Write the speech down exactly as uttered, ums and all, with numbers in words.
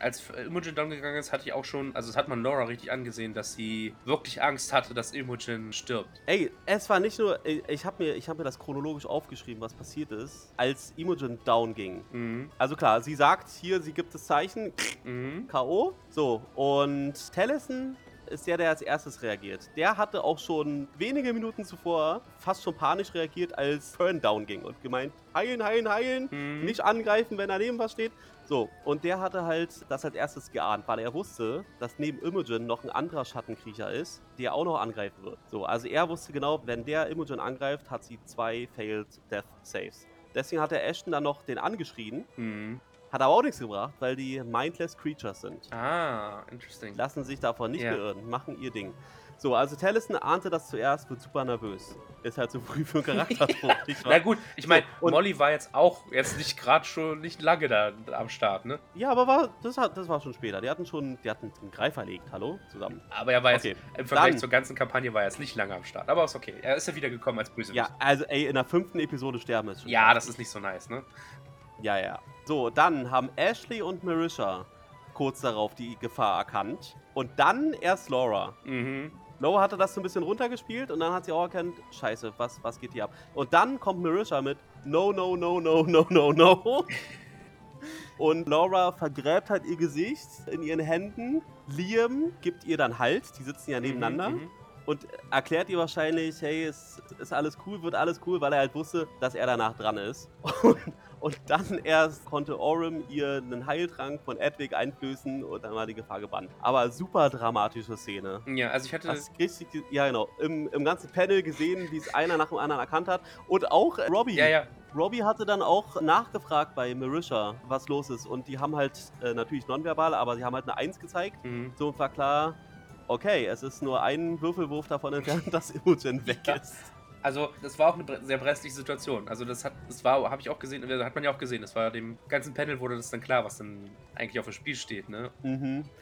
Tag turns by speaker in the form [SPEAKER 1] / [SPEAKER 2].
[SPEAKER 1] als Imogen down gegangen ist, hatte ich auch schon, also das hat man Laura richtig angesehen, dass sie wirklich Angst hatte, dass Imogen stirbt.
[SPEAKER 2] Ey, es war nicht nur, i ich habe mir ich habe mir das chronologisch aufgeschrieben, was passiert ist, als Imogen down ging.
[SPEAKER 1] Mhm.
[SPEAKER 2] Also klar, sie sagt hier, sie gibt das Zeichen,
[SPEAKER 1] Mhm.
[SPEAKER 2] K O. So, und Taliesin ist der, der als erstes reagiert. Der hatte auch schon wenige Minuten zuvor fast schon panisch reagiert, als Fern down ging und gemeint, heilen, heilen, heilen,
[SPEAKER 1] Mhm.
[SPEAKER 2] nicht angreifen, wenn daneben was steht. So, und der hatte halt das als erstes geahnt, weil er wusste, dass neben Imogen noch ein anderer Schattenkriecher ist, der auch noch angreifen wird. So, also er wusste genau, wenn der Imogen angreift, hat sie zwei Failed Death Saves. Deswegen hat der Ashton dann noch den angeschrien.
[SPEAKER 1] Mhm.
[SPEAKER 2] Hat aber auch nichts gebracht, weil die Mindless Creatures sind.
[SPEAKER 1] Ah, interesting.
[SPEAKER 2] Lassen sich davon nicht
[SPEAKER 1] Ja.
[SPEAKER 2] beirren, machen ihr Ding. So, also Taliesin ahnte das zuerst, wird super nervös. Ist halt zu früh für einen Charaktertod, nicht wahr?
[SPEAKER 1] Na gut, ich meine,
[SPEAKER 2] So, und-
[SPEAKER 1] Molly war jetzt auch jetzt nicht gerade schon nicht lange da am Start, ne?
[SPEAKER 2] Ja, aber war, das, hat, das war schon später. Die hatten schon, die hatten den Greif verlegt, hallo, zusammen.
[SPEAKER 1] Aber er war jetzt
[SPEAKER 2] Okay,
[SPEAKER 1] im Vergleich
[SPEAKER 2] dann-
[SPEAKER 1] zur ganzen Kampagne war er jetzt nicht lange am Start. Aber ist okay. Er ist ja wieder gekommen als Bösewicht.
[SPEAKER 2] Ja, also ey, in der fünften Episode sterben ist schon.
[SPEAKER 1] Ja,
[SPEAKER 2] krass.
[SPEAKER 1] das ist nicht so nice, ne?
[SPEAKER 2] Ja, ja. So, dann haben Ashley und Marisha kurz darauf die Gefahr erkannt. Und dann erst Laura.
[SPEAKER 1] Mhm.
[SPEAKER 2] Laura hatte das so ein bisschen runtergespielt und dann hat sie auch erkannt, scheiße, was, was geht hier ab? Und dann kommt Marisha mit No, no, no, no, no, no, no. Und Laura vergräbt halt ihr Gesicht in ihren Händen. Liam gibt ihr dann Halt, die sitzen ja nebeneinander.
[SPEAKER 1] Mhm, mhm.
[SPEAKER 2] Und erklärt ihr wahrscheinlich, hey, es ist alles cool, wird alles cool, weil er halt wusste, dass er danach dran ist. Und, und dann erst konnte Orym ihr einen Heiltrank von Edwig einflößen und dann war die Gefahr gebannt. Aber super dramatische Szene.
[SPEAKER 1] Ja, also ich hatte.
[SPEAKER 2] Das richtig, ja genau, im, im ganzen Panel gesehen, wie es einer nach dem anderen erkannt hat. Und auch äh, Robbie.
[SPEAKER 1] Ja, ja.
[SPEAKER 2] Robbie hatte dann auch nachgefragt bei Marisha, was los ist. Und die haben halt, äh, natürlich nonverbal, aber sie haben halt eine Eins gezeigt.
[SPEAKER 1] Mhm.
[SPEAKER 2] So war klar, okay, es ist nur ein Würfelwurf davon entfernt, dass Imogen weg
[SPEAKER 1] Ja.
[SPEAKER 2] ist.
[SPEAKER 1] Also, das war auch eine bre- sehr brenzliche Situation. Also, das hat, das war, habe ich auch gesehen, das hat man ja auch gesehen. Das war dem ganzen Panel wurde das dann klar, was dann eigentlich auf dem Spiel steht, ne?
[SPEAKER 2] Mhm.